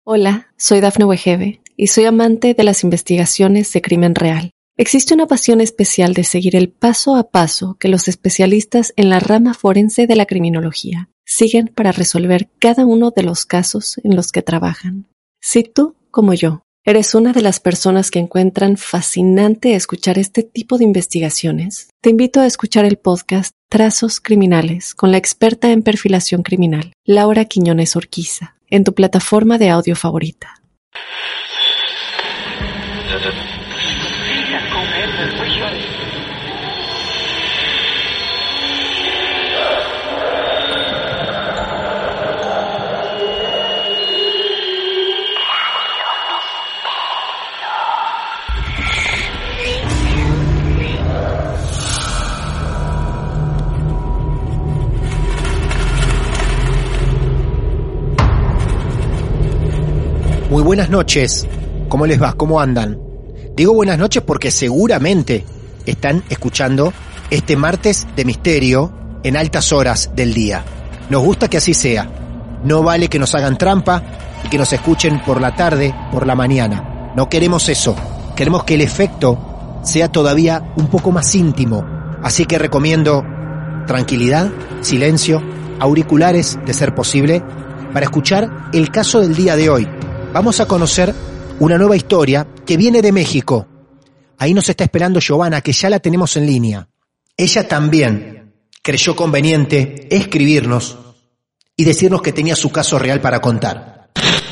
Hola, soy Dafne Wegebe y soy amante de las investigaciones de crimen real. Existe una pasión especial de seguir el paso a paso que los especialistas en la rama forense de la criminología siguen para resolver cada uno de los casos en los que trabajan. Si tú, como yo, eres una de las personas que encuentran fascinante escuchar este tipo de investigaciones, te invito a escuchar el podcast Trazos Criminales con la experta en perfilación criminal, Laura Quiñones Orquiza, en tu plataforma de audio favorita. Muy buenas noches, ¿cómo les va? ¿Cómo andan? Digo buenas noches porque seguramente están escuchando este martes de misterio en altas horas del día. Nos gusta que así sea. No vale que nos hagan trampa y que nos escuchen por la tarde, por la mañana. No queremos eso. Queremos que el efecto sea todavía un poco más íntimo. Así que recomiendo tranquilidad, silencio, auriculares de ser posible, para escuchar el caso del día de hoy. Vamos a conocer una nueva historia que viene de México. Ahí nos está esperando Giovanna, que ya la tenemos en línea. Ella también creyó conveniente escribirnos y decirnos que tenía su caso real para contar.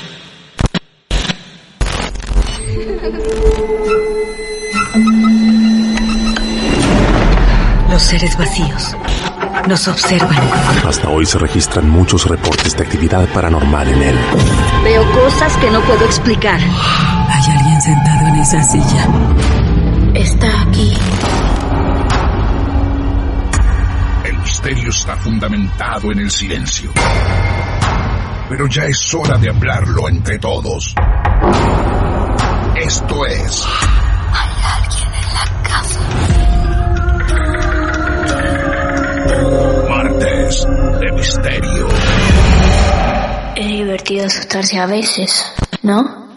Los seres vacíos nos observan. Hasta hoy se registran muchos reportes de actividad paranormal en él. Veo cosas que no puedo explicar. Hay alguien sentado en esa silla. Está aquí. El misterio está fundamentado en el silencio. Pero ya es hora de hablarlo entre todos. Esto es... Hay alguien en la casa. Martes de Misterio. Es divertido asustarse a veces, ¿no?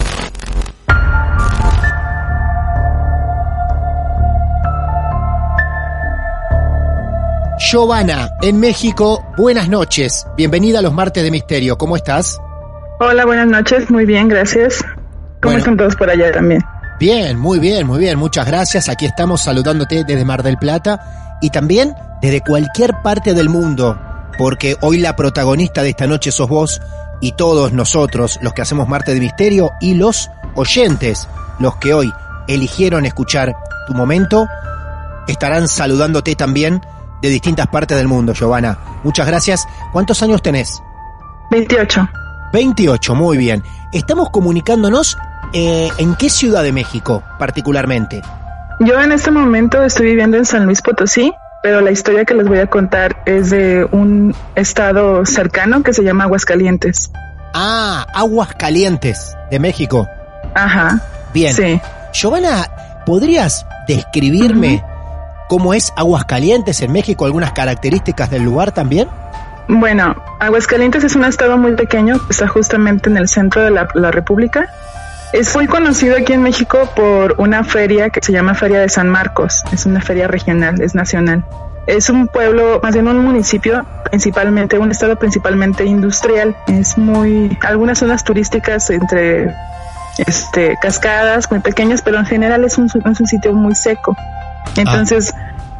Giovanna, en México, buenas noches. Bienvenida a los Martes de Misterio. ¿Cómo estás? Hola, buenas noches. Muy bien, gracias. ¿Cómo están todos por allá también? Bien, muy bien, muy bien. Muchas gracias. Aquí estamos saludándote desde Mar del Plata y también desde cualquier parte del mundo, porque hoy la protagonista de esta noche sos vos y todos nosotros, los que hacemos Martes de Misterio, y los oyentes, los que hoy eligieron escuchar tu momento, estarán saludándote también de distintas partes del mundo, Giovanna. Muchas gracias. ¿Cuántos años tenés? 28. 28, muy bien. Estamos comunicándonos ¿en qué ciudad de México particularmente? Yo en este momento estoy viviendo en San Luis Potosí, pero la historia que les voy a contar es de un estado cercano que se llama Aguascalientes. Ah, Aguascalientes, de México. Ajá. Bien. Sí. Giovanna, ¿podrías describirme cómo es Aguascalientes en México? ¿Algunas características del lugar también? Bueno, Aguascalientes es un estado muy pequeño que está justamente en el centro de la República. Es muy conocido aquí en México por una feria que se llama Feria de San Marcos. Es una feria regional, es nacional. Es un pueblo, más bien un municipio, principalmente, un estado principalmente industrial. Es algunas zonas turísticas entre cascadas muy pequeñas, pero en general es un sitio muy seco. Entonces,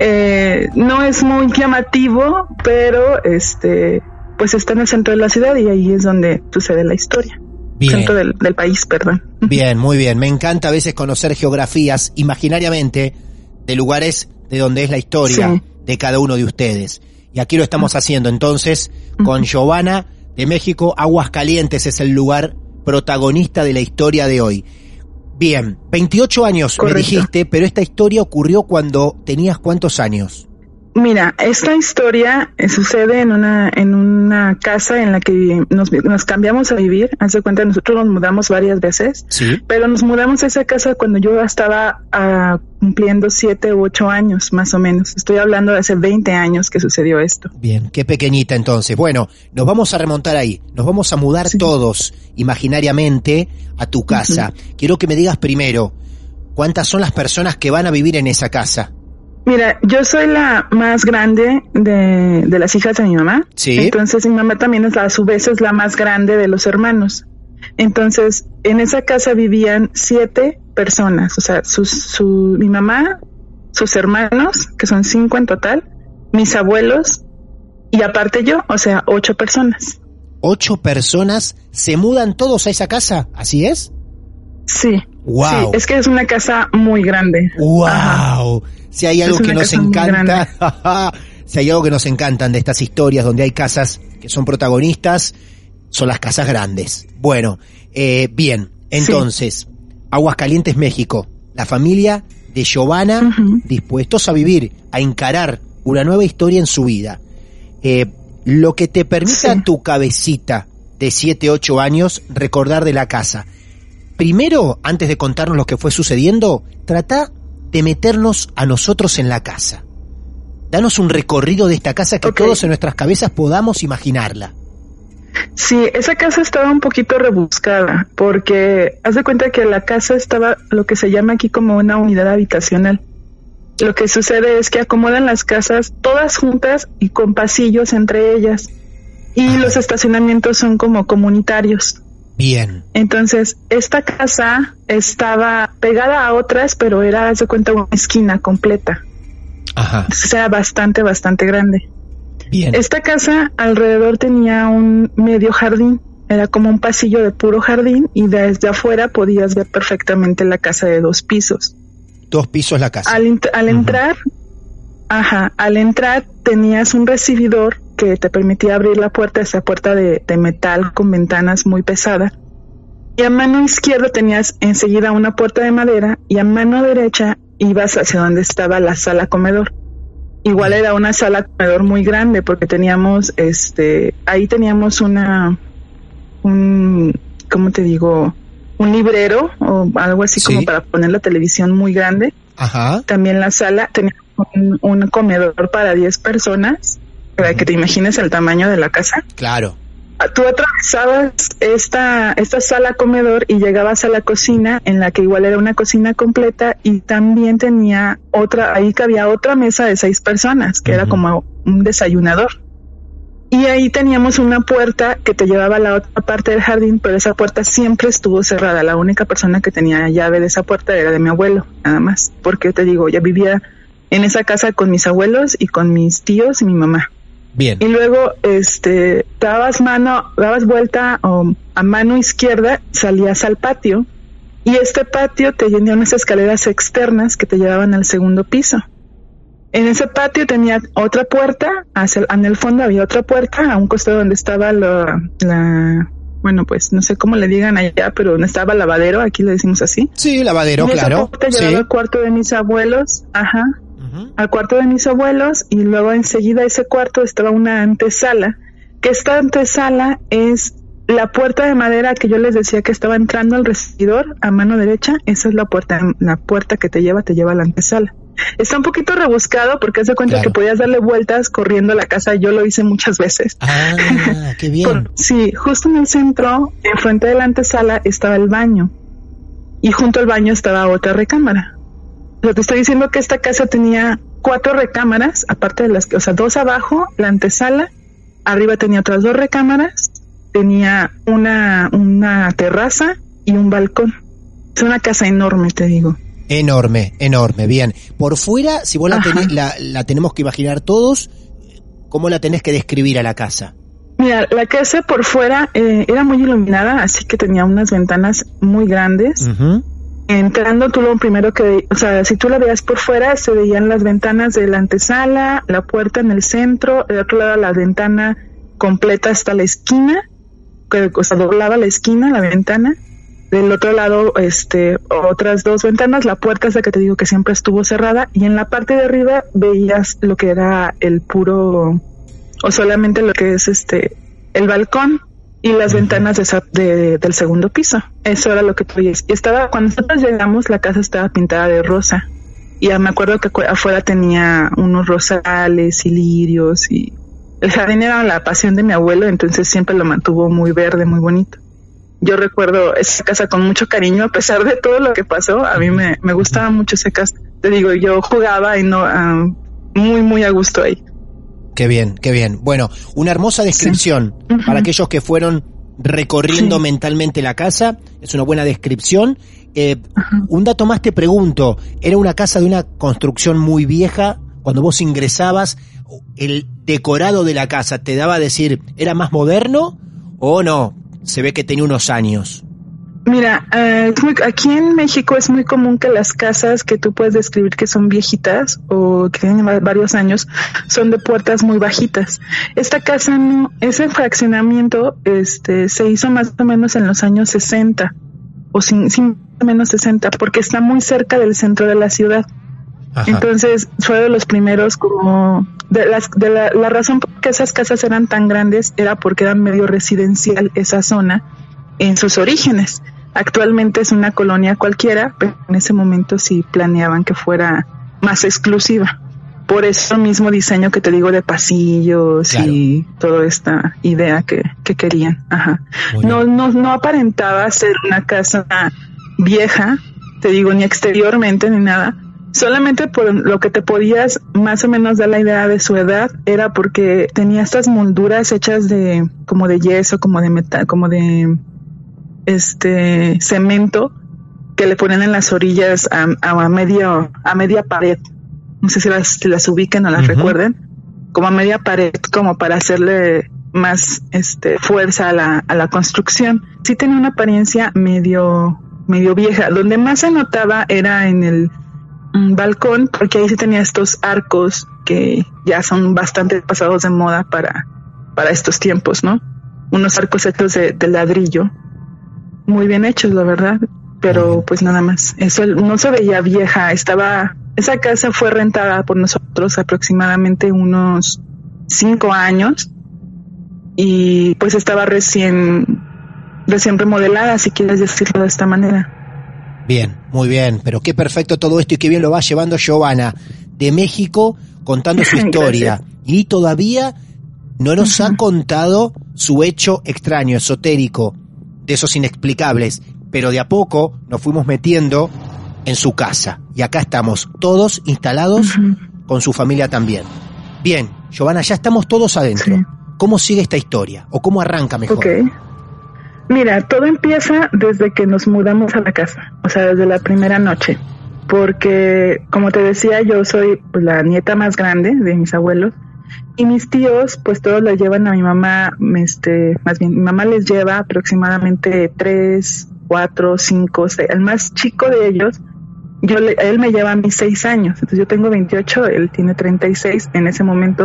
no es muy llamativo, pero pues está en el centro de la ciudad y ahí es donde sucede la historia. Bien. Centro del país, perdón. Bien, muy bien. Me encanta a veces conocer geografías imaginariamente de lugares de donde es la historia de cada uno de ustedes. Y aquí lo estamos haciendo entonces con Giovanna de México. Aguascalientes es el lugar protagonista de la historia de hoy. Bien, 28 años. Correcto. Me dijiste, pero esta historia ocurrió cuando tenías ¿cuántos años? Mira, esta historia sucede en un una casa en la que nos cambiamos a vivir. Haz de cuenta, nosotros nos mudamos varias veces, Sí. pero nos mudamos a esa casa cuando yo estaba cumpliendo 7 u 8 años, más o menos. Estoy hablando de hace 20 años que sucedió esto. Bien, qué pequeñita entonces. Bueno, nos vamos a remontar ahí. Nos vamos a mudar todos imaginariamente a tu casa. Quiero que me digas primero, ¿cuántas son las personas que van a vivir en esa casa? Mira, yo soy la más grande de las hijas de mi mamá. Sí. Entonces mi mamá también a su vez es la más grande de los hermanos. Entonces en esa casa vivían 7 personas, o sea, mi mamá, sus hermanos, que son 5 en total, mis abuelos y aparte yo, o sea, 8 personas. 8 personas se mudan todos a esa casa, ¿así es? Sí. Wow. Sí, es que es una casa muy grande. Wow. Ajá. Si hay algo Es que una nos casa muy encanta, si hay algo que nos encantan de estas historias donde hay casas que son protagonistas, son las casas grandes. Bueno, bien, entonces, Aguascalientes, México, la familia de Giovanna, dispuestos a vivir, a encarar una nueva historia en su vida. Lo que te permite a tu cabecita de 7, 8 años recordar de la casa. Primero, antes de contarnos lo que fue sucediendo, trata de meternos a nosotros en la casa. Danos un recorrido de esta casa que todos en nuestras cabezas podamos imaginarla. Sí, esa casa estaba un poquito rebuscada, porque haz de cuenta que la casa estaba lo que se llama aquí como una unidad habitacional. Lo que sucede es que acomodan las casas todas juntas y con pasillos entre ellas, y los estacionamientos son como comunitarios. Bien. Entonces, esta casa estaba pegada a otras, pero era, haz de cuenta, una esquina completa. Ajá. O sea, bastante grande. Bien. Esta casa alrededor tenía un medio jardín, era como un pasillo de puro jardín y desde afuera podías ver perfectamente la casa de 2 pisos. 2 pisos la casa. Al entrar, al entrar tenías un recibidor que te permitía abrir la puerta, esa puerta de metal con ventanas muy pesada. Y a mano izquierda tenías enseguida una puerta de madera y a mano derecha ibas hacia donde estaba la sala comedor. Igual era una sala comedor muy grande porque teníamos, ahí teníamos ¿cómo te digo? Un librero o algo así como para poner la televisión muy grande. Ajá. También la sala tenía un comedor para 10 personas, para que te imagines el tamaño de la casa. Claro. Tú atravesabas esta sala comedor y llegabas a la cocina, en la que igual era una cocina completa y también tenía ahí cabía otra mesa de 6 personas, que era como un desayunador. Y ahí teníamos una puerta que te llevaba a la otra parte del jardín, pero esa puerta siempre estuvo cerrada. La única persona que tenía llave de esa puerta era de mi abuelo, nada más. Porque te digo, ya vivía en esa casa con mis abuelos y con mis tíos y mi mamá. Bien. Y luego, dabas vuelta a mano izquierda, salías al patio, y este patio te tenía unas escaleras externas que te llevaban al segundo piso. En ese patio tenía otra puerta, en el fondo había otra puerta, a un costado donde estaba bueno, pues no sé cómo le digan allá, pero donde estaba el lavadero, aquí le decimos así. Sí, lavadero, y claro. Esa puerta llevaba al cuarto de mis abuelos, al cuarto de mis abuelos, y luego enseguida a ese cuarto estaba una antesala, que esta antesala es la puerta de madera que yo les decía que estaba entrando al recibidor a mano derecha. Esa es la puerta que te lleva a la antesala. Está un poquito rebuscado porque haz de cuenta que podías darle vueltas corriendo a la casa. Yo lo hice muchas veces. Ah, qué bien. Sí, justo en el centro, enfrente de la antesala, estaba el baño. Y junto al baño estaba otra recámara. Te estoy diciendo que esta casa tenía 4 recámaras, aparte de las que, 2 abajo, la antesala, arriba tenía otras 2 recámaras, tenía una terraza y un balcón. Es una casa enorme, te digo. Enorme, bien. Por fuera, si vos la tenemos que imaginar todos, ¿cómo la tenés que describir a la casa? Mira, la casa por fuera era muy iluminada, así que tenía unas ventanas muy grandes. Entrando tú lo primero que, si tú la veías por fuera, se veían las ventanas de la antesala, la puerta en el centro, del otro lado la ventana completa hasta la esquina, doblaba la esquina, la ventana. Del otro lado, otras 2 ventanas, la puerta esa que te digo que siempre estuvo cerrada, y en la parte de arriba veías lo que era el puro, o solamente lo que es el balcón y las ventanas del segundo piso. Eso era lo que tú veías. Y cuando nosotros llegamos, la casa estaba pintada de rosa. Y me acuerdo que afuera tenía unos rosales y lirios, y el jardín era la pasión de mi abuelo, entonces siempre lo mantuvo muy verde, muy bonito. Yo recuerdo esa casa con mucho cariño, a pesar de todo lo que pasó. A mí me gustaba mucho esa casa. Te digo, yo jugaba y muy, muy a gusto ahí. Qué bien, qué bien. Bueno, una hermosa descripción para aquellos que fueron recorriendo mentalmente la casa. Es una buena descripción. Un dato más te pregunto, ¿era una casa de una construcción muy vieja? Cuando vos ingresabas, ¿el decorado de la casa te daba a decir, era más moderno o no? Se ve que tenía unos años. Mira, aquí en México es muy común que las casas que tú puedes describir que son viejitas o que tienen varios años son de puertas muy bajitas. Esta casa no, ese fraccionamiento se hizo más o menos en los años 60 o sin menos 60, porque está muy cerca del centro de la ciudad. Ajá. Entonces fue de los primeros como la razón por que esas casas eran tan grandes era porque era medio residencial esa zona en sus orígenes. Actualmente es una colonia cualquiera, pero en ese momento sí planeaban que fuera más exclusiva. Por eso mismo diseño que te digo de pasillos, claro, y toda esta idea que querían. Ajá. No aparentaba ser una casa vieja, te digo, ni exteriormente ni nada. Solamente por lo que te podías más o menos dar la idea de su edad era porque tenía estas molduras hechas como de yeso, como de metal, como de cemento que le ponen en las orillas a media pared. No sé si las ubiquen o las recuerden, como a media pared, como para hacerle más fuerza a la construcción. Sí tenía una apariencia medio vieja. Donde más se notaba era en el balcón, porque ahí sí tenía estos arcos que ya son bastante pasados de moda para estos tiempos, ¿no? Unos arcos hechos de ladrillo, muy bien hechos, la verdad, pero pues nada más. Eso no se veía vieja. Esa casa fue rentada por nosotros aproximadamente unos 5 años y pues estaba recién remodelada, si quieres decirlo de esta manera. Bien, muy bien, pero qué perfecto todo esto y qué bien lo va llevando Giovanna de México contando su historia. Y todavía no nos ha contado su hecho extraño, esotérico, de esos inexplicables, pero de a poco nos fuimos metiendo en su casa. Y acá estamos todos instalados con su familia también. Bien, Giovanna, ya estamos todos adentro. Sí. ¿Cómo sigue esta historia? ¿O cómo arranca mejor? Okay. Mira, todo empieza desde que nos mudamos a la casa, o sea, desde la primera noche, porque, como te decía, yo soy pues, la nieta más grande de mis abuelos, y mis tíos, pues todos la llevan a mi mamá, más bien, mi mamá les lleva aproximadamente 3, 4, 5, 6, el más chico de ellos, él me lleva a mis 6 años, entonces yo tengo 28, él tiene 36, en ese momento,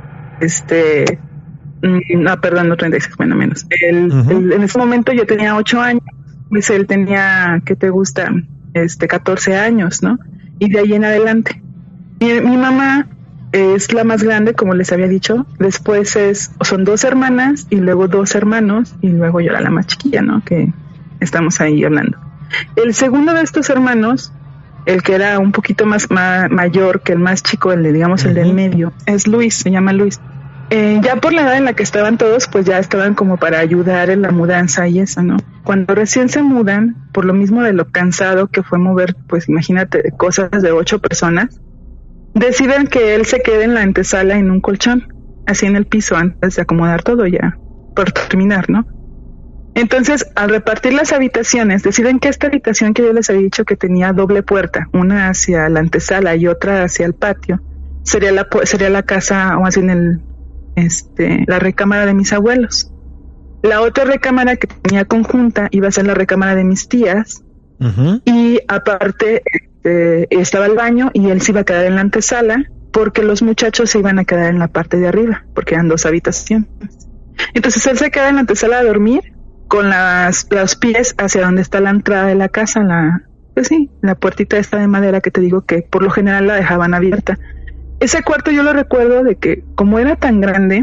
no, perdón, no 36, bueno, menos. En ese momento yo tenía 8 años, pues él tenía, ¿qué te gusta? 14 años, ¿no? Y de ahí en adelante. Mi mamá es la más grande, como les había dicho. Después son 2 hermanas y luego 2 hermanos y luego yo era la más chiquilla, ¿no? Que estamos ahí hablando. El segundo de estos hermanos, el que era un poquito más mayor que el más chico, el del medio, es Luis, se llama Luis. Ya por la edad en la que estaban todos, pues ya estaban como para ayudar en la mudanza y eso, ¿no? Cuando recién se mudan, por lo mismo de lo cansado que fue mover, pues imagínate, cosas de 8 personas, deciden que él se quede en la antesala en un colchón, así en el piso, antes de acomodar todo ya, por terminar, ¿no? Entonces, al repartir las habitaciones, deciden que esta habitación que yo les había dicho que tenía doble puerta, una hacia la antesala y otra hacia el patio, sería la casa, o más bien la recámara de mis abuelos. La otra recámara que tenía conjunta iba a ser la recámara de mis tías, y aparte estaba el baño y él se iba a quedar en la antesala porque los muchachos se iban a quedar en la parte de arriba porque eran 2 habitaciones. Entonces él se queda en la antesala a dormir con los pies hacia donde está la entrada de la casa, la puertita esta de madera que te digo que por lo general la dejaban abierta. Ese cuarto yo lo recuerdo de que como era tan grande,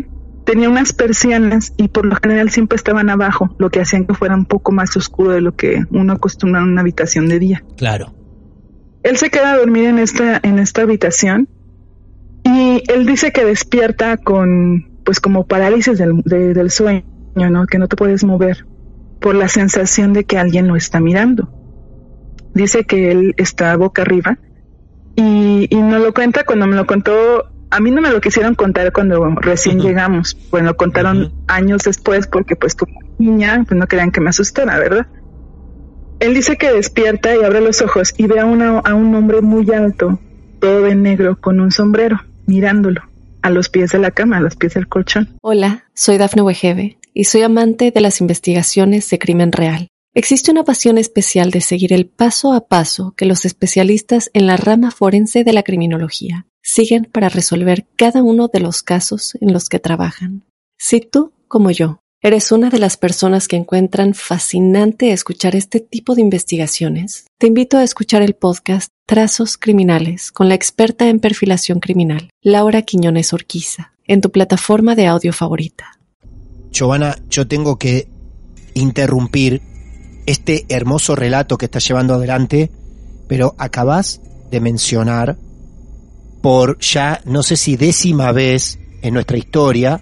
tenía unas persianas y por lo general siempre estaban abajo, lo que hacían que fuera un poco más oscuro de lo que uno acostumbra en una habitación de día. Claro. Él se queda a dormir en esta habitación y él dice que despierta con, pues, como parálisis del sueño, ¿no? Que no te puedes mover por la sensación de que alguien lo está mirando. Dice que él está boca arriba y nos lo cuenta. Cuando me lo contó, a mí no me lo quisieron contar cuando recién llegamos, pues lo contaron años después porque pues como niña pues no querían que me asustara, ¿verdad? Él dice que despierta y abre los ojos y ve a un hombre muy alto, todo de negro, con un sombrero, mirándolo, a los pies de la cama, a los pies del colchón. Hola, soy Dafne Wegebe y soy amante de las investigaciones de crimen real. Existe una pasión especial de seguir el paso a paso que los especialistas en la rama forense de la criminología siguen para resolver cada uno de los casos en los que trabajan. Si tú, como yo, ¿eres una de las personas que encuentran fascinante escuchar este tipo de investigaciones? Te invito a escuchar el podcast Trazos Criminales con la experta en perfilación criminal, Laura Quiñones Orquiza, en tu plataforma de audio favorita. Giovanna, yo tengo que interrumpir este hermoso relato que estás llevando adelante, pero acabas de mencionar por ya no sé si 10ª vez en nuestra historia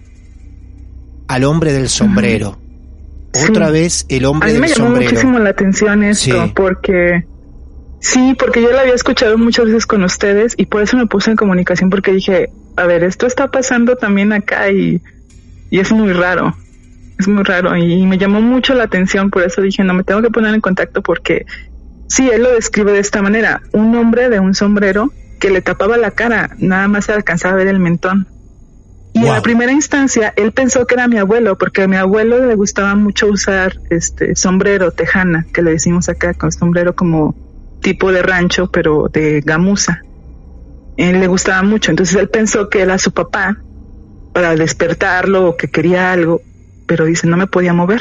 al hombre del sombrero. Otra vez el hombre del sombrero. A mí me llamó muchísimo la atención esto, porque yo lo había escuchado muchas veces con ustedes y por eso me puse en comunicación, porque dije, a ver, esto está pasando también acá y es muy raro. Es muy raro y me llamó mucho la atención, por eso dije, no, me tengo que poner en contacto porque sí, él lo describe de esta manera, un hombre de un sombrero que le tapaba la cara, nada más se alcanzaba a ver el mentón. Y en la primera instancia, él pensó que era mi abuelo, porque a mi abuelo le gustaba mucho usar sombrero, tejana, que le decimos acá, con sombrero como tipo de rancho, pero de gamuza. Él le gustaba mucho, entonces él pensó que era su papá para despertarlo o que quería algo, pero dice, no me podía mover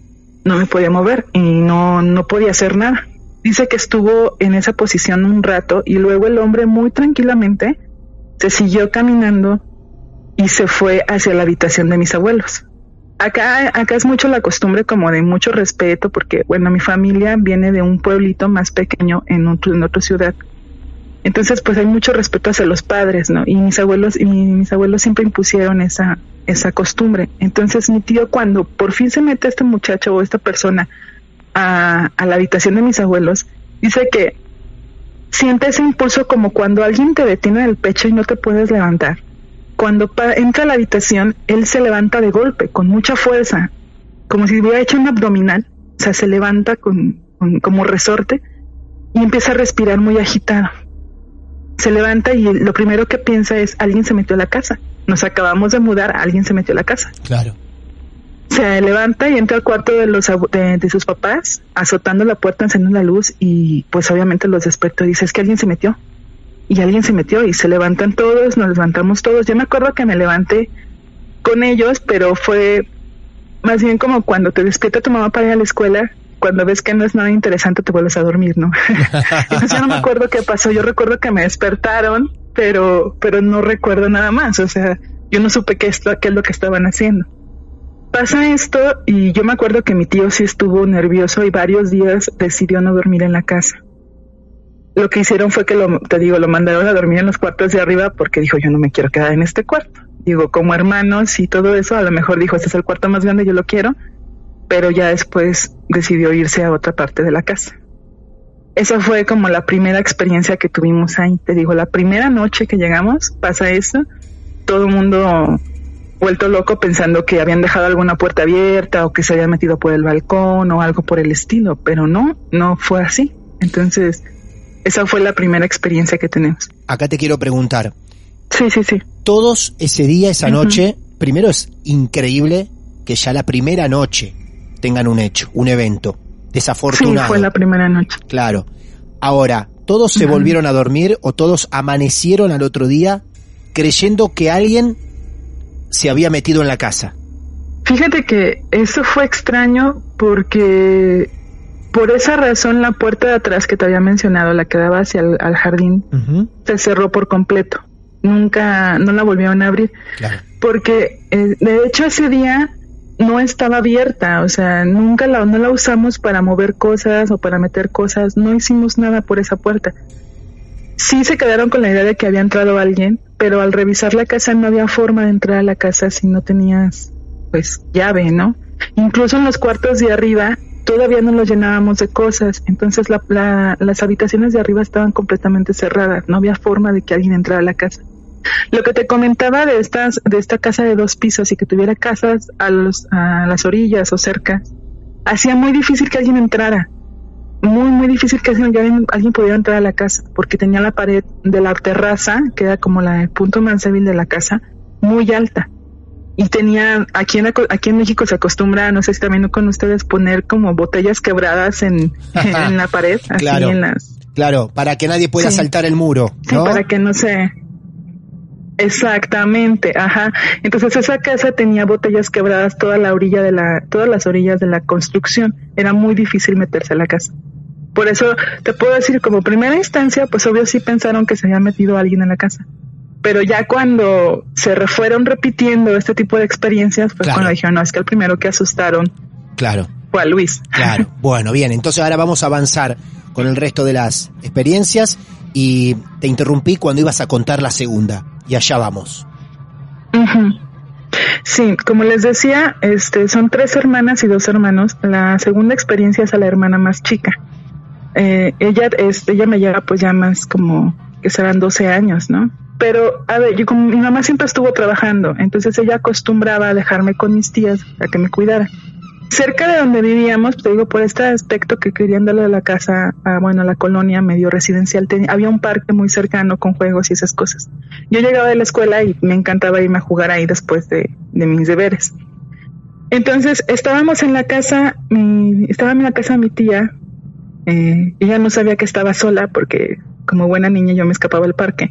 y no podía hacer nada. Dice que estuvo en esa posición un rato y luego el hombre muy tranquilamente se siguió caminando y se fue hacia la habitación de mis abuelos. Acá es mucho la costumbre como de mucho respeto porque, bueno, mi familia viene de un pueblito más pequeño en otra ciudad. Entonces, pues hay mucho respeto hacia los padres, ¿no? Y mis abuelos siempre impusieron esa costumbre. Entonces, mi tío, cuando por fin se mete este muchacho o esta persona a la habitación de mis abuelos, dice que siente ese impulso como cuando alguien te detiene el pecho y no te puedes levantar. Cuando entra a la habitación, él se levanta de golpe, con mucha fuerza, como si hubiera hecho un abdominal, o sea, se levanta como resorte y empieza a respirar muy agitado. Se levanta y lo primero que piensa es, alguien se metió a la casa. Nos acabamos de mudar, alguien se metió a la casa. Claro. Se levanta y entra al cuarto de sus papás, azotando la puerta, encendiendo la luz y pues obviamente los despertó y dice, es que alguien se metió. Y alguien se metió y se levantan todos, nos levantamos todos. Yo me acuerdo que me levanté con ellos, pero fue más bien como cuando te despierta tu mamá para ir a la escuela, cuando ves que no es nada interesante te vuelves a dormir, ¿no? Entonces yo no me acuerdo qué pasó, yo recuerdo que me despertaron, pero no recuerdo nada más, o sea, yo no supe qué es lo que estaban haciendo. Pasa esto y yo me acuerdo que mi tío sí estuvo nervioso y varios días decidió no dormir en la casa. Lo que hicieron fue que lo mandaron a dormir en los cuartos de arriba porque dijo, yo no me quiero quedar en este cuarto. Digo, como hermanos y todo eso, a lo mejor dijo, este es el cuarto más grande, yo lo quiero, pero ya después decidió irse a otra parte de la casa. Esa fue como la primera experiencia que tuvimos ahí. Te digo, la primera noche que llegamos, pasa eso, todo el mundo vuelto loco pensando que habían dejado alguna puerta abierta o que se habían metido por el balcón o algo por el estilo, pero no fue así. Entonces, esa fue la primera experiencia que tenemos. Acá te quiero preguntar. Sí. Todos ese día, esa noche, primero es increíble que ya la primera noche tengan un hecho, un evento desafortunado. Sí, fue la primera noche. Claro. Ahora, ¿todos se volvieron a dormir o todos amanecieron al otro día creyendo que alguien se había metido en la casa? Fíjate que eso fue extraño porque por esa razón la puerta de atrás que te había mencionado, la que daba hacia el jardín, se cerró por completo. nunca, no la volvieron a abrir. Claro. Porque de hecho ese día no estaba abierta, o sea, no la usamos para mover cosas o para meter cosas, no hicimos nada por esa puerta. Sí se quedaron con la idea de que había entrado alguien, pero al revisar la casa no había forma de entrar a la casa si no tenías, pues, llave, ¿no? Incluso en los cuartos de arriba todavía no los llenábamos de cosas, entonces las habitaciones de arriba estaban completamente cerradas, no había forma de que alguien entrara a la casa. Lo que te comentaba de esta casa de 2 pisos y que tuviera casas a las orillas o cerca, hacía muy difícil que alguien entrara, muy difícil que alguien pudiera entrar a la casa, porque tenía la pared de la terraza, que era como el punto más débil de la casa, muy alta. Y tenía, aquí en México se acostumbra, no sé si también con ustedes, poner como botellas quebradas en la pared, así claro, en las... Claro, para que nadie pueda saltar el muro, ¿no? Sí, para que no se... Exactamente, ajá. Entonces esa casa tenía botellas quebradas todas las orillas de la construcción. Era muy difícil meterse a la casa. Por eso te puedo decir, como primera instancia, pues obvio sí pensaron que se había metido alguien en la casa. Pero ya cuando se fueron repitiendo este tipo de experiencias, pues cuando dijeron, no, es que el primero que asustaron fue a Luis. Claro, bueno, bien, entonces ahora vamos a avanzar con el resto de las experiencias y te interrumpí cuando ibas a contar la segunda. Y allá vamos. Uh-huh. Sí, como les decía, son 3 hermanas y 2 hermanos. La segunda experiencia es a la hermana más chica. Ella me lleva pues ya más como que serán 12 años, ¿no? Pero, a ver, como mi mamá siempre estuvo trabajando, entonces ella acostumbraba a dejarme con mis tías a que me cuidara. Cerca de donde vivíamos, te digo, por este aspecto que querían darle a la casa, a la colonia medio residencial, había un parque muy cercano con juegos y esas cosas. Yo llegaba de la escuela y me encantaba irme a jugar ahí después de mis deberes. Entonces, estábamos en la casa, estaba en la casa de mi tía, ella no sabía que estaba sola porque como buena niña yo me escapaba al parque.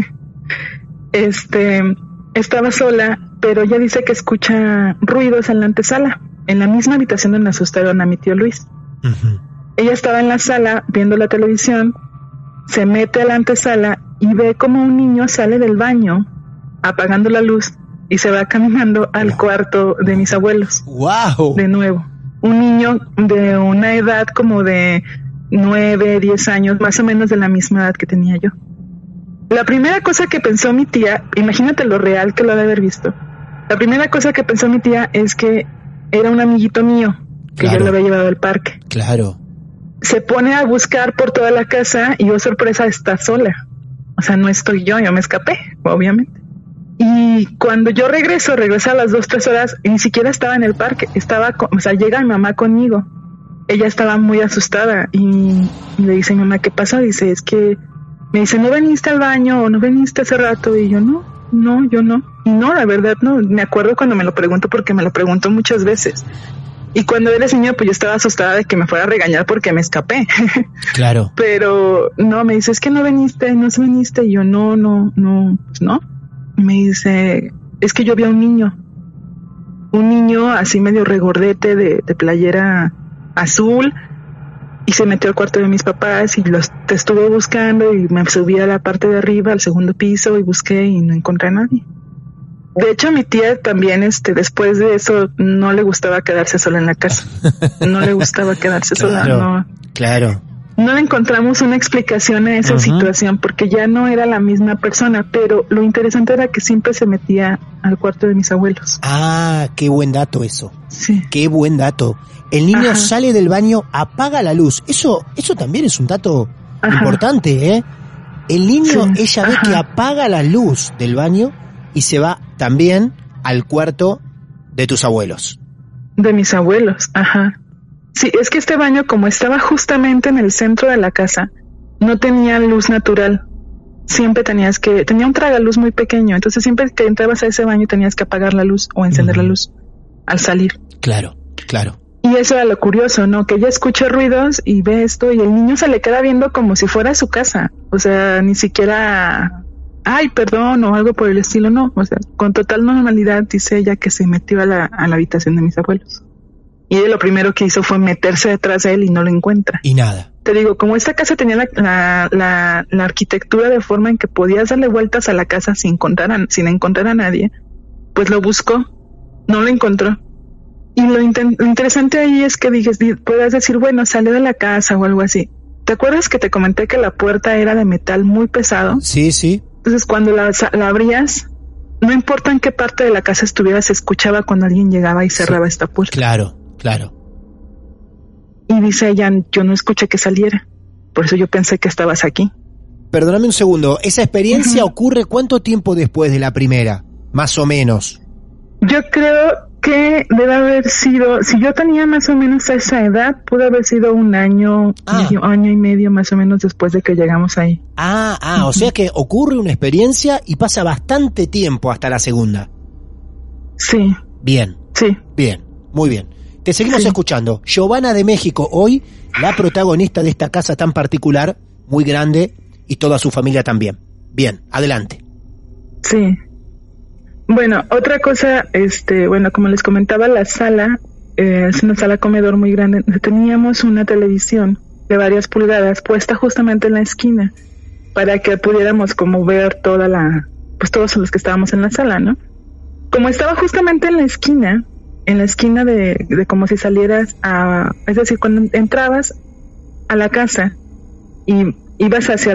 Estaba sola, pero ella dice que escucha ruidos en la antesala, en la misma habitación donde asustaron a mi tío Luis. Uh-huh. Ella estaba en la sala viendo la televisión, se mete a la antesala y ve como un niño sale del baño apagando la luz y se va caminando al cuarto de mis abuelos. ¡Wow! De nuevo. Un niño de una edad como de 9, 10 años, más o menos de la misma edad que tenía yo. La primera cosa que pensó mi tía, imagínate lo real que lo ha de haber visto. La primera cosa que pensó mi tía es que era un amiguito mío que yo lo había llevado al parque. Claro. Se pone a buscar por toda la casa y oh sorpresa, está sola. O sea, no estoy yo me escapé, obviamente. Y cuando yo regreso a las 2-3 horas, ni siquiera estaba en el parque, llega mi mamá conmigo. Ella estaba muy asustada y le dice a mi mamá, ¿qué pasa? Dice, es que, me dice, ¿no veniste al baño o no veniste hace rato? Y yo, no, yo no. Y no, la verdad no, me acuerdo cuando me lo pregunto porque me lo preguntó muchas veces. Y cuando eres niño, pues yo estaba asustada de que me fuera a regañar porque me escapé. Claro. Pero no, me dice, es que no viniste. Y yo, no, pues no. Y me dice, es que yo vi a un niño así medio regordete de playera azul y se metió al cuarto de mis papás y te estuve buscando y me subí a la parte de arriba, al segundo piso y busqué y no encontré a nadie. De hecho, mi tía también, después de eso, no le gustaba quedarse sola en la casa. No le gustaba quedarse sola, no. Claro. No le encontramos una explicación a esa situación porque ya no era la misma persona, pero lo interesante era que siempre se metía al cuarto de mis abuelos. Ah, qué buen dato eso. Sí. Qué buen dato. El niño sale del baño, apaga la luz. Eso también es un dato importante, ¿eh? El niño, ella ve que apaga la luz del baño y se va también al cuarto de tus abuelos. De mis abuelos, Sí, es que este baño, como estaba justamente en el centro de la casa, no tenía luz natural. Siempre tenía un tragaluz muy pequeño, entonces siempre que entrabas a ese baño tenías que apagar la luz o encender la luz al salir. Claro. Y eso era lo curioso, ¿no? Que ella escucha ruidos y ve esto y el niño se le queda viendo como si fuera su casa. O sea, ni siquiera, ay, perdón, o algo por el estilo, no. O sea, con total normalidad dice ella que se metió a la habitación de mis abuelos. Y ella lo primero que hizo fue meterse detrás de él y no lo encuentra. Y nada. te digo, como esta casa tenía la arquitectura de forma en que podías darle vueltas a la casa sin encontrar a nadie, pues lo buscó, no lo encontró. Y lo interesante ahí es que puedas decir, bueno, salió de la casa o algo así. ¿Te acuerdas que te comenté que la puerta era de metal muy pesado? Sí, sí. Entonces cuando la abrías, no importa en qué parte de la casa estuvieras, se escuchaba cuando alguien llegaba y cerraba esta puerta. Claro, claro. Y dice ella, yo no escuché que saliera, por eso yo pensé que estabas aquí. Perdóname un segundo, ¿esa experiencia ocurre cuánto tiempo después de la primera? Más o menos. Yo creo que debe haber sido, si yo tenía más o menos esa edad, pudo haber sido un año, año y medio más o menos después de que llegamos ahí. O sea que ocurre una experiencia y pasa bastante tiempo hasta la segunda. Sí. Bien. Sí. Bien, muy bien. Te seguimos escuchando. Giovanna de México, hoy la protagonista de esta casa tan particular, muy grande, y toda su familia también. Bien, adelante. Sí. Bueno, otra cosa, como les comentaba, la sala es una sala comedor muy grande. Teníamos una televisión de varias pulgadas puesta justamente en la esquina para que pudiéramos como ver todos los que estábamos en la sala, ¿no? Como estaba justamente en la esquina de como si salieras es decir, cuando entrabas a la casa y ibas hacia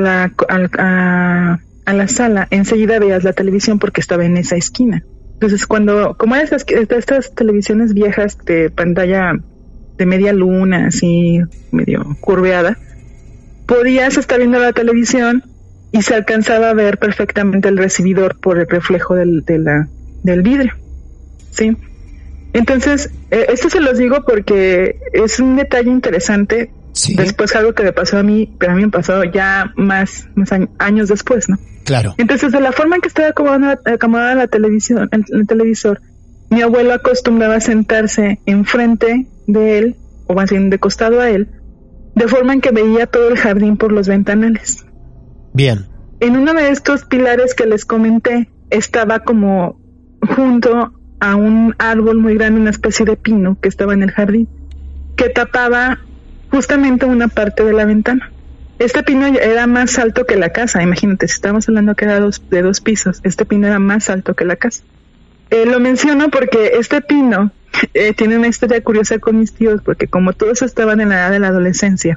a la sala, enseguida veías la televisión porque estaba en esa esquina. Entonces como estas televisiones viejas de pantalla de media luna, así medio curveada, podías estar viendo la televisión y se alcanzaba a ver perfectamente el recibidor por el reflejo del vidrio, ¿sí? Entonces, esto se los digo porque es un detalle interesante. Sí. Después algo que me pasó a mí, pero a mí me pasó ya más años después, ¿no? Claro. Entonces, de la forma en que estaba acomodada la televisión, el televisor, mi abuelo acostumbraba a sentarse enfrente de él, o más bien de costado a él, de forma en que veía todo el jardín por los ventanales. Bien. En uno de estos pilares que les comenté, estaba como junto a un árbol muy grande, una especie de pino que estaba en el jardín, que tapaba justamente una parte de la ventana. Este pino era más alto que la casa, imagínate, si estamos hablando que era de dos pisos, este pino era más alto que la casa. Lo menciono porque este pino tiene una historia curiosa con mis tíos, porque como todos estaban en la edad de la adolescencia,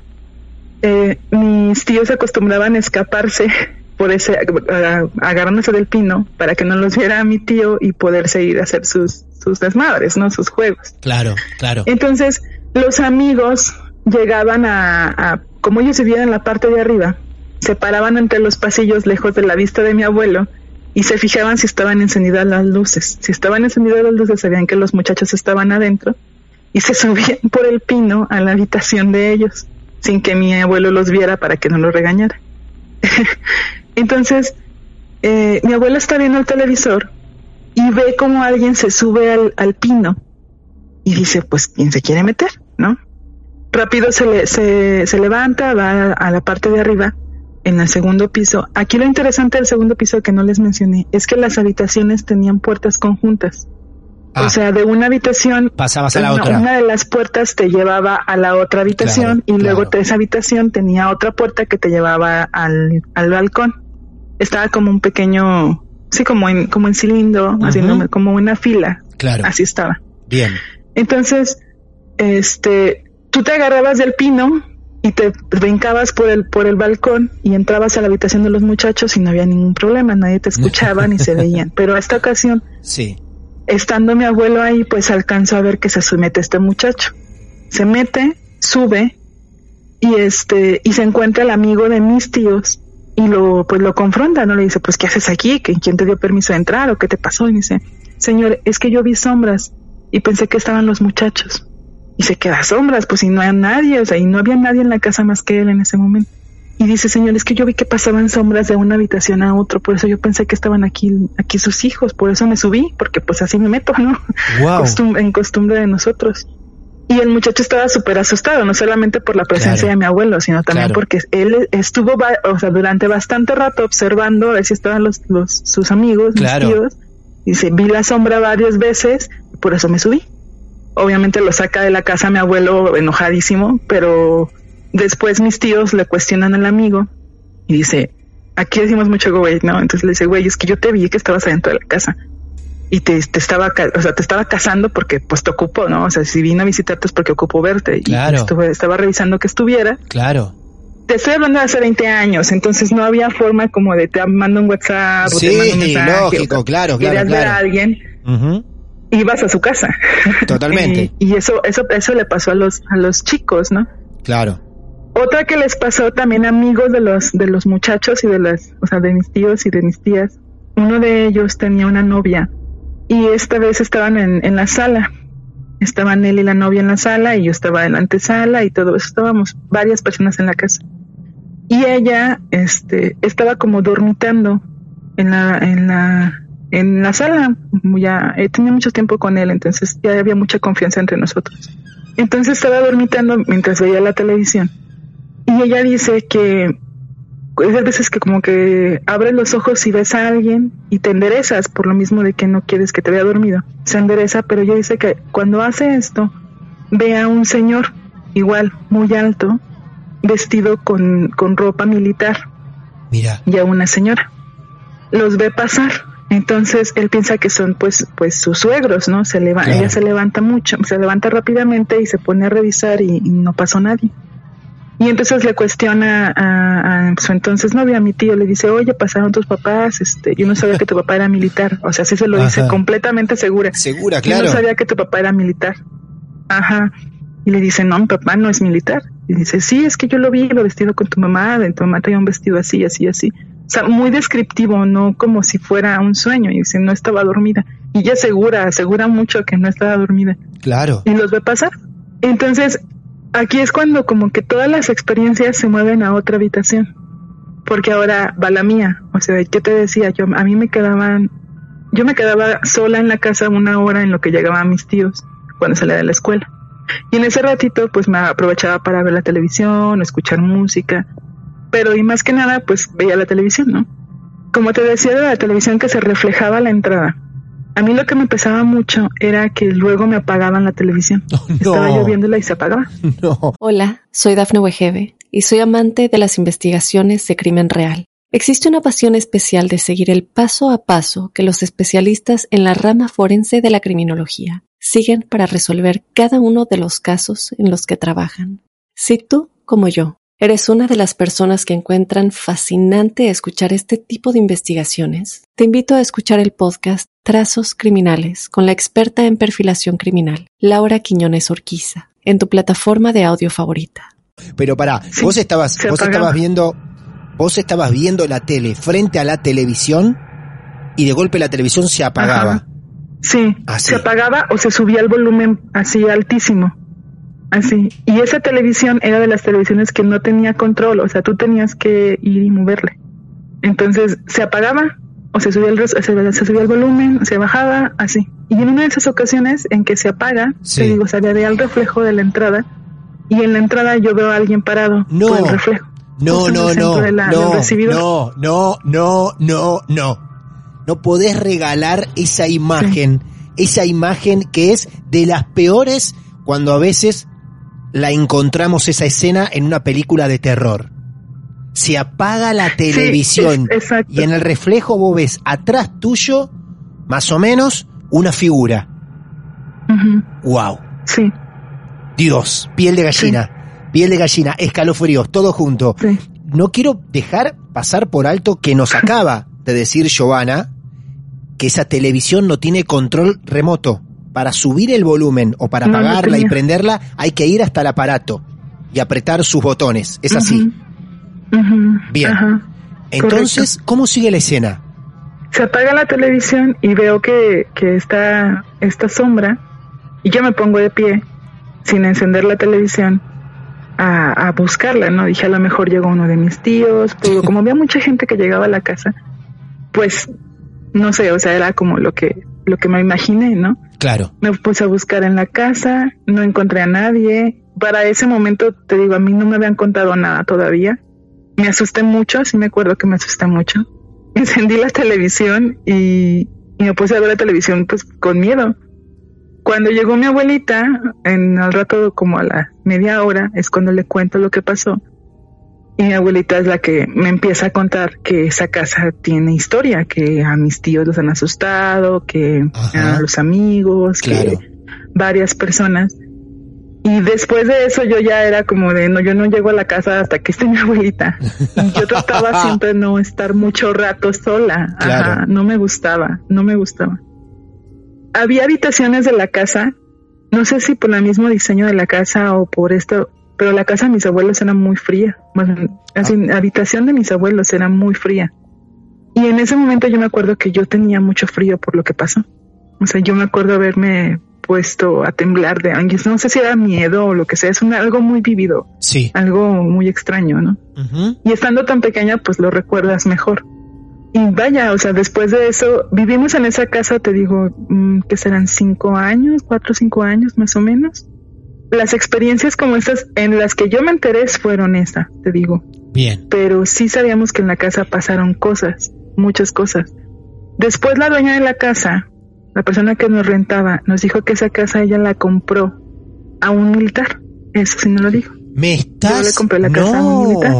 mis tíos acostumbraban a escaparse agarrándose del pino para que no los viera mi tío y poderse ir a hacer sus desmadres, ¿no? Sus juegos. Claro, claro. Entonces, los amigos llegaban como ellos vivían en la parte de arriba, se paraban entre los pasillos lejos de la vista de mi abuelo y se fijaban si estaban encendidas las luces. Si estaban encendidas las luces, sabían que los muchachos estaban adentro y se subían por el pino a la habitación de ellos, sin que mi abuelo los viera para que no los regañara. Entonces, mi abuela está viendo el televisor y ve como alguien se sube al pino y dice, pues, ¿quién se quiere meter? ¿No? Rápido se levanta, va a la parte de arriba, en el segundo piso. Aquí lo interesante del segundo piso que no les mencioné es que las habitaciones tenían puertas conjuntas. O sea, de una habitación pasabas a la otra. Una de las puertas te llevaba a la otra habitación, claro, y luego esa habitación tenía otra puerta que te llevaba al balcón. Estaba como un pequeño, sí, como en cilindro, haciendo como una fila. Claro. Así estaba. Bien. Entonces, tú te agarrabas del pino y te brincabas por el balcón y entrabas a la habitación de los muchachos y no había ningún problema, nadie te escuchaba ni se veían. Pero a esta ocasión, sí, estando mi abuelo ahí, pues alcanzó a ver que se mete este muchacho. Se mete, sube y se encuentra el amigo de mis tíos y lo confronta, ¿no? Le dice, pues, ¿qué haces aquí? ¿Quién te dio permiso de entrar o qué te pasó? Y dice, señor, es que yo vi sombras y pensé que estaban los muchachos. Y se queda sombras, pues, y no hay nadie, o sea, y no había nadie en la casa más que él en ese momento. Y dice, señor, es que yo vi que pasaban sombras de una habitación a otra, por eso yo pensé que estaban aquí sus hijos, por eso me subí, porque pues así me meto, ¿no? Wow. En costumbre de nosotros. Y el muchacho estaba súper asustado, no solamente por la presencia de mi abuelo, sino también porque él estuvo, durante bastante rato observando a ver si estaban sus amigos, mis tíos. Dice, vi la sombra varias veces, por eso me subí. Obviamente lo saca de la casa mi abuelo enojadísimo, pero después mis tíos le cuestionan al amigo y dice, aquí decimos mucho güey, ¿no? Entonces le dice, güey, es que yo te vi que estabas adentro de la casa y te estaba casando porque pues te ocupó, ¿no? O sea, si vino a visitarte es porque ocupó verte. Claro. Y estaba revisando que estuviera. Claro. Te estoy hablando de hace 20 años, entonces no había forma como de te mando un WhatsApp sí, o te mando un mensaje. Lógico, claro. Querías ver a alguien, ibas a su casa. Totalmente. y eso le pasó a los chicos, ¿no? Claro. Otra que les pasó también a amigos de los muchachos y de mis tíos y de mis tías. Uno de ellos tenía una novia y esta vez estaban en la sala. Estaban él y la novia en la sala y yo estaba en la antesala y todo eso. Estábamos varias personas en la casa. Y ella estaba como dormitando en la sala. Ya tenía mucho tiempo con él, entonces ya había mucha confianza entre nosotros. Entonces estaba dormitando mientras veía la televisión. Y ella dice que esas veces que como que abres los ojos y ves a alguien y te enderezas por lo mismo de que no quieres que te vea dormido. Se endereza, pero ella dice que cuando hace esto ve a un señor igual, muy alto, vestido con ropa militar. Mira. Y a una señora. Los ve pasar. Entonces él piensa que son pues sus suegros, ¿no? Claro. Ella se levanta rápidamente y se pone a revisar y no pasó nadie. Y entonces le cuestiona a su entonces novia, a mi tío, le dice, oye, pasaron tus papás, yo no sabía que tu papá era militar. O sea, sí se lo dice completamente segura. Segura, claro. Yo no sabía que tu papá era militar. Ajá. Y le dice, no, mi papá no es militar. Y dice, sí, es que yo lo vi, lo vestido con tu mamá traía un vestido así, así, así. O sea, muy descriptivo, no como si fuera un sueño. Y dice, no estaba dormida. Y ella asegura mucho que no estaba dormida. Claro. Y los ve pasar. Entonces, aquí es cuando como que todas las experiencias se mueven a otra habitación, porque ahora va la mía. O sea, ¿qué te decía? Yo me quedaba sola en la casa 1 hora en lo que llegaban mis tíos cuando salía de la escuela. Y en ese ratito pues me aprovechaba para ver la televisión, escuchar música, pero y más que nada pues veía la televisión, ¿no? Como te decía de la televisión que se reflejaba la entrada. A mí lo que me pesaba mucho era que luego me apagaban la televisión. Oh, no. Estaba yo viéndola y se apagaba. No. Hola, soy Dafne Wegebe y soy amante de las investigaciones de crimen real. Existe una pasión especial de seguir el paso a paso que los especialistas en la rama forense de la criminología siguen para resolver cada uno de los casos en los que trabajan. Si tú, como yo, ¿eres una de las personas que encuentran fascinante escuchar este tipo de investigaciones? Te invito a escuchar el podcast Trazos Criminales con la experta en perfilación criminal, Laura Quiñones Orquiza, en tu plataforma de audio favorita. Pero pará, sí, vos estabas viendo la tele frente a la televisión y de golpe la televisión se apagaba. Ajá. Sí, así. Se apagaba o se subía el volumen así altísimo. Así. Y esa televisión era de las televisiones que no tenía control, o sea, tú tenías que ir y moverle. Entonces, se apagaba o se subía el volumen, se bajaba, así. Y en una de esas ocasiones en que se apaga, sí, se veía el reflejo de la entrada, y en la entrada yo veo a alguien parado por el reflejo. No. No podés regalar esa imagen que es de las peores cuando a veces la encontramos esa escena en una película de terror. Se apaga la televisión, sí, y en el reflejo vos ves atrás tuyo, más o menos, una figura. Wow. Sí. Dios, piel de gallina, escalofríos, todo junto. Sí. No quiero dejar pasar por alto que nos acaba de decir Giovanna que esa televisión no tiene control remoto. Para subir el volumen o para apagarla y prenderla hay que ir hasta el aparato y apretar sus botones. Es así. Bien. Entonces, correcto. ¿Cómo sigue la escena? Se apaga la televisión y veo que está esta sombra y yo me pongo de pie sin encender la televisión a buscarla, ¿no? Dije, a lo mejor llegó uno de mis tíos, pero como había mucha gente que llegaba a la casa, pues no sé, o sea, era como lo que me imaginé, ¿no? Claro. Me puse a buscar en la casa, no encontré a nadie. Para ese momento, te digo, a mí no me habían contado nada todavía. Me asusté mucho, sí me acuerdo que me asusté mucho. Encendí la televisión y me puse a ver la televisión pues con miedo. Cuando llegó mi abuelita, al rato como a la media hora, es cuando le cuento lo que pasó. Y mi abuelita es la que me empieza a contar que esa casa tiene historia, que a mis tíos los han asustado, que a los amigos, que varias personas. Y después de eso yo ya era como de, no, yo no llego a la casa hasta que esté mi abuelita. Y yo trataba siempre de no estar mucho rato sola. Ajá, no me gustaba. Había habitaciones de la casa, no sé si por el mismo diseño de la casa o por esto, pero la casa de mis abuelos era muy fría. Bueno, la habitación de mis abuelos era muy fría. Y en ese momento yo me acuerdo que yo tenía mucho frío por lo que pasó. O sea, yo me acuerdo haberme puesto a temblar de ánguilas. No sé si era miedo o lo que sea, es algo muy vívido. Sí. Algo muy extraño, ¿no? Uh-huh. Y estando tan pequeña, pues lo recuerdas mejor. Y vaya, o sea, después de eso, vivimos en esa casa, te digo, que serán 4 o 5 años más o menos. Las experiencias como estas en las que yo me enteré fueron esas, te digo. Bien. Pero sí sabíamos que en la casa pasaron cosas, muchas cosas. Después la dueña de la casa, la persona que nos rentaba, nos dijo que esa casa ella la compró a un militar. Eso sí no lo dijo. ¿Me estás? Yo le compré la casa a un militar.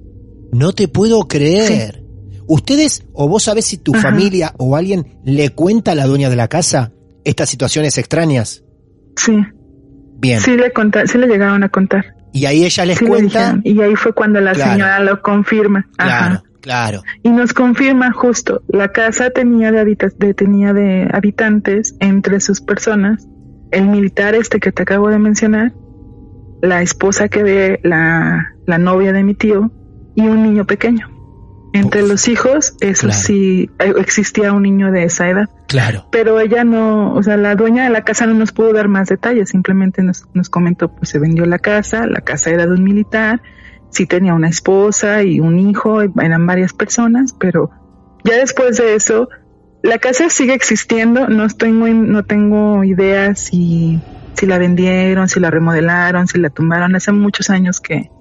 No te puedo creer. Sí. ¿Ustedes o vos sabés si tu familia o alguien le cuenta a la dueña de la casa estas situaciones extrañas? Sí. Bien. Sí le llegaron a contar. Y ahí ella les cuenta. Y ahí fue cuando la señora lo confirma. Claro. Y nos confirma justo, la casa tenía de habitantes entre sus personas, el militar que te acabo de mencionar, la esposa que ve la novia de mi tío y un niño pequeño. Entre los hijos, sí, existía un niño de esa edad. Claro. Pero ella no, o sea, la dueña de la casa no nos pudo dar más detalles, simplemente nos comentó, pues se vendió la casa era de un militar, sí tenía una esposa y un hijo, eran varias personas, pero ya después de eso, la casa sigue existiendo, no tengo idea si la vendieron, si la remodelaron, si la tumbaron, hace muchos años que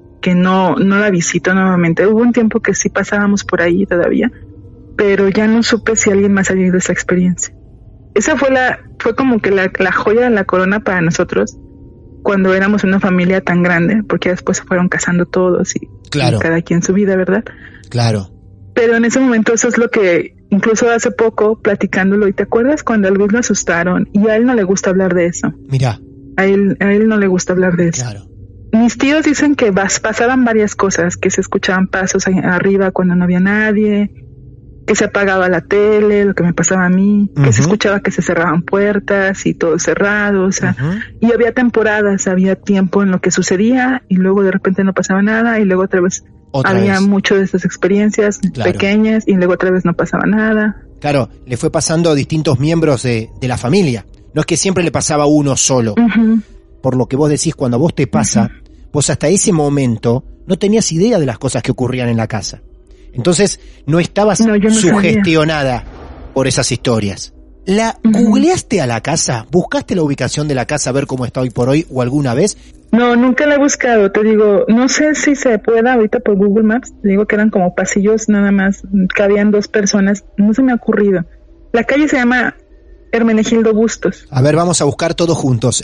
no la visito nuevamente. Hubo un tiempo que sí pasábamos por ahí todavía, pero ya no supe si alguien más había vivido esa experiencia. Esa fue como que la joya de la corona para nosotros cuando éramos una familia tan grande, porque después se fueron casando todos y cada quien su vida, ¿verdad? Claro. Pero en ese momento eso es lo que, incluso hace poco platicándolo, ¿y te acuerdas cuando a Luis lo asustaron? Y a él no le gusta hablar de eso. Mira. A él no le gusta hablar de eso. Claro. Mis tíos dicen que pasaban varias cosas, que se escuchaban pasos arriba cuando no había nadie, que se apagaba la tele, lo que me pasaba a mí, que se escuchaba que se cerraban puertas y todo cerrado, o sea, y había temporadas, había tiempo en lo que sucedía y luego de repente no pasaba nada y luego otra vez había mucho de estas experiencias pequeñas y luego otra vez no pasaba nada. Claro, le fue pasando a distintos miembros de la familia, no es que siempre le pasaba a uno solo. Por lo que vos decís, cuando a vos te pasa, vos hasta ese momento no tenías idea de las cosas que ocurrían en la casa. Entonces no estabas sugestionada por esas historias. ¿La googleaste a la casa? ¿Buscaste la ubicación de la casa a ver cómo está hoy por hoy o alguna vez? No, nunca la he buscado, te digo, no sé si se pueda ahorita por Google Maps, te digo que eran como pasillos nada más, cabían 2 personas, no se me ha ocurrido. La calle se llama Hermenegildo Bustos. A ver, vamos a buscar todos juntos,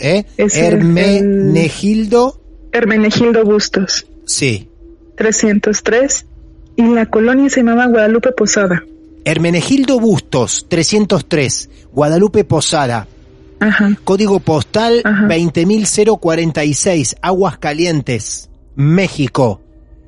Hermenegildo Bustos. Sí. 303. Y la colonia se llamaba Guadalupe Posada. Hermenegildo Bustos, 303, Guadalupe Posada. Código postal 20.046, Aguascalientes, México.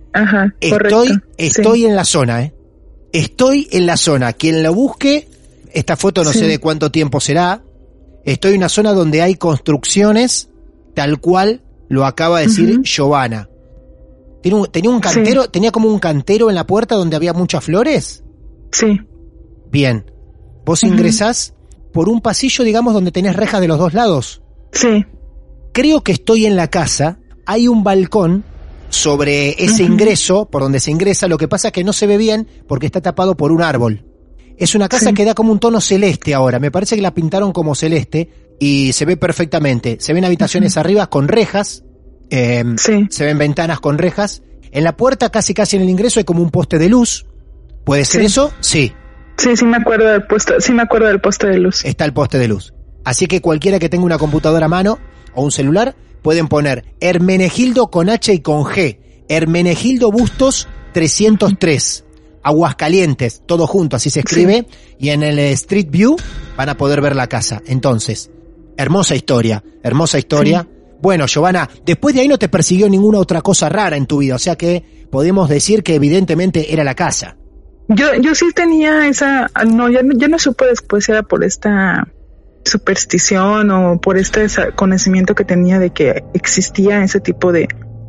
Estoy en la zona, Estoy en la zona. Quien lo busque, esta foto no sé de cuánto tiempo será. Estoy en una zona donde hay construcciones, tal cual lo acaba de decir Giovanna. ¿Tenía un cantero? ¿Tenía como un cantero en la puerta donde había muchas flores? Sí. Bien. Vos ingresás por un pasillo, digamos, donde tenés rejas de los 2 lados. Sí. Creo que estoy en la casa. Hay un balcón sobre ese ingreso, por donde se ingresa. Lo que pasa es que no se ve bien porque está tapado por un árbol. Es una casa que da como un tono celeste ahora. Me parece que la pintaron como celeste y se ve perfectamente. Se ven habitaciones arriba con rejas. Se ven ventanas con rejas. En la puerta, casi en el ingreso, hay como un poste de luz. ¿Puede ser eso? Sí. Sí, me acuerdo del poste. Sí, me acuerdo del poste de luz. Está el poste de luz. Así que cualquiera que tenga una computadora a mano o un celular, pueden poner Hermenegildo con H y con G, Hermenegildo Bustos 303, Aguascalientes, todo junto, así se escribe, y en el Street View van a poder ver la casa. Entonces, hermosa historia. Sí. Bueno, Giovanna, después de ahí no te persiguió ninguna otra cosa rara en tu vida, o sea que podemos decir que evidentemente era la casa. Yo sí tenía esa, no, yo no supe después si era por esta superstición o por este conocimiento que tenía de que existía ese tipo de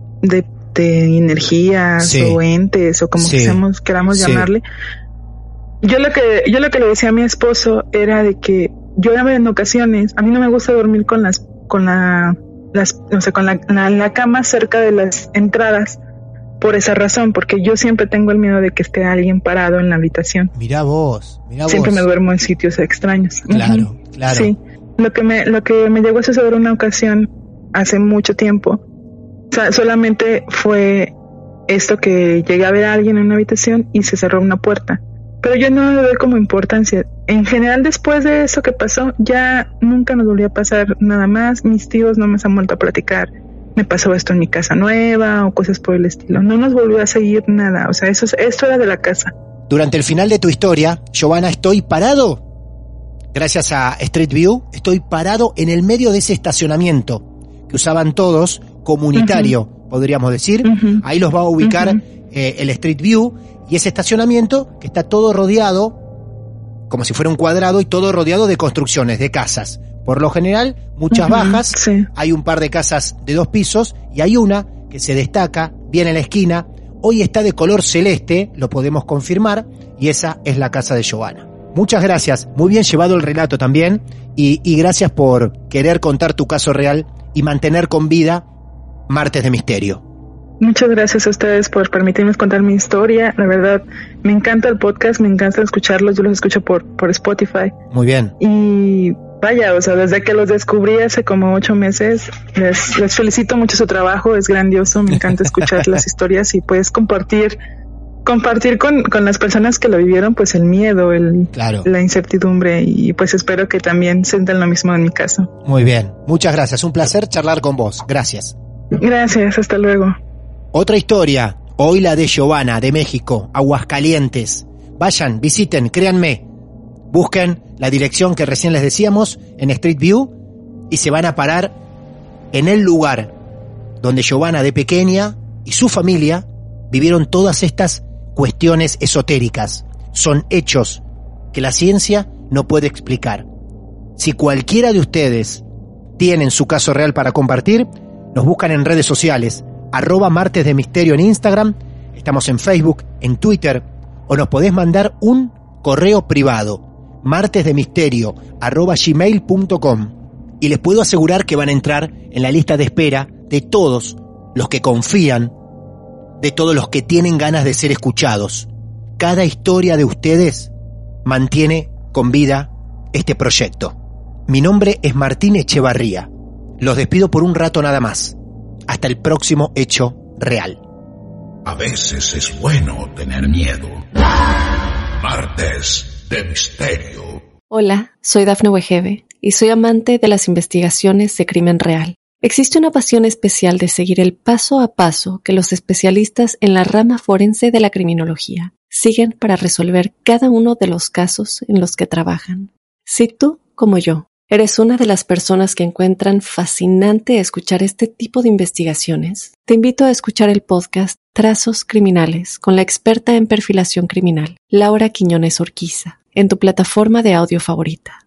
energías o entes o como queramos llamarle. Yo lo que le decía a mi esposo era de que yo en ocasiones, a mí no me gusta dormir con la cama cerca de las entradas por esa razón, porque yo siempre tengo el miedo de que esté alguien parado en la habitación. Mirá vos. Siempre me duermo en sitios extraños. Claro. Sí. Lo que me llegó a suceder una ocasión hace mucho tiempo, o sea, solamente fue esto que llegué a ver a alguien en una habitación y se cerró una puerta. Pero yo no le doy como importancia. En general, después de eso que pasó, ya nunca nos volvió a pasar nada más. Mis tíos no me han vuelto a platicar. Me pasó esto en mi casa nueva o cosas por el estilo. No nos volvió a seguir nada. O sea, esto era de la casa. Durante el final de tu historia, Giovanna, estoy parado, gracias a Street View, estoy parado en el medio de ese estacionamiento que usaban todos, comunitario, podríamos decir. Ahí los va a ubicar el Street View, y ese estacionamiento que está todo rodeado, como si fuera un cuadrado, y todo rodeado de construcciones, de casas. Por lo general, muchas bajas, hay un par de casas de 2 pisos, y hay una que se destaca bien en la esquina. Hoy está de color celeste, lo podemos confirmar, y esa es la casa de Giovanna. Muchas gracias, muy bien llevado el relato también, y gracias por querer contar tu caso real y mantener con vida Martes de Misterio. Muchas gracias a ustedes por permitirme contar mi historia. La verdad, me encanta el podcast, me encanta escucharlos. Yo los escucho por Spotify. Muy bien. Y vaya, o sea, desde que los descubrí hace como 8 meses, les felicito mucho su trabajo, es grandioso. Me encanta escuchar las historias y pues compartir con las personas que lo vivieron, pues el miedo, la incertidumbre, y pues espero que también sientan lo mismo en mi caso. Muy bien, muchas gracias, un placer charlar con vos, gracias. Gracias, hasta luego. Otra historia, hoy la de Giovanna, de México, Aguascalientes. Vayan, visiten, créanme, busquen la dirección que recién les decíamos en Street View y se van a parar en el lugar donde Giovanna de pequeña y su familia vivieron todas estas cuestiones esotéricas. Son hechos que la ciencia no puede explicar. Si cualquiera de ustedes tienen su caso real para compartir, nos buscan en redes sociales, @Martes de Misterio en Instagram, estamos en Facebook, en Twitter, o nos podés mandar un correo privado, martesdemisterio@gmail.com, y les puedo asegurar que van a entrar en la lista de espera de todos los que confían, de todos los que tienen ganas de ser escuchados. Cada historia de ustedes mantiene con vida este proyecto. Mi nombre es Martín Echevarría. Los despido por un rato nada más. Hasta el próximo hecho real. A veces es bueno tener miedo. Martes de Misterio. Hola, soy Dafne Wegebe y soy amante de las investigaciones de crimen real. Existe una pasión especial de seguir el paso a paso que los especialistas en la rama forense de la criminología siguen para resolver cada uno de los casos en los que trabajan. Si tú, como yo, ¿eres una de las personas que encuentran fascinante escuchar este tipo de investigaciones? Te invito a escuchar el podcast Trazos Criminales con la experta en perfilación criminal, Laura Quiñones Orquiza, en tu plataforma de audio favorita.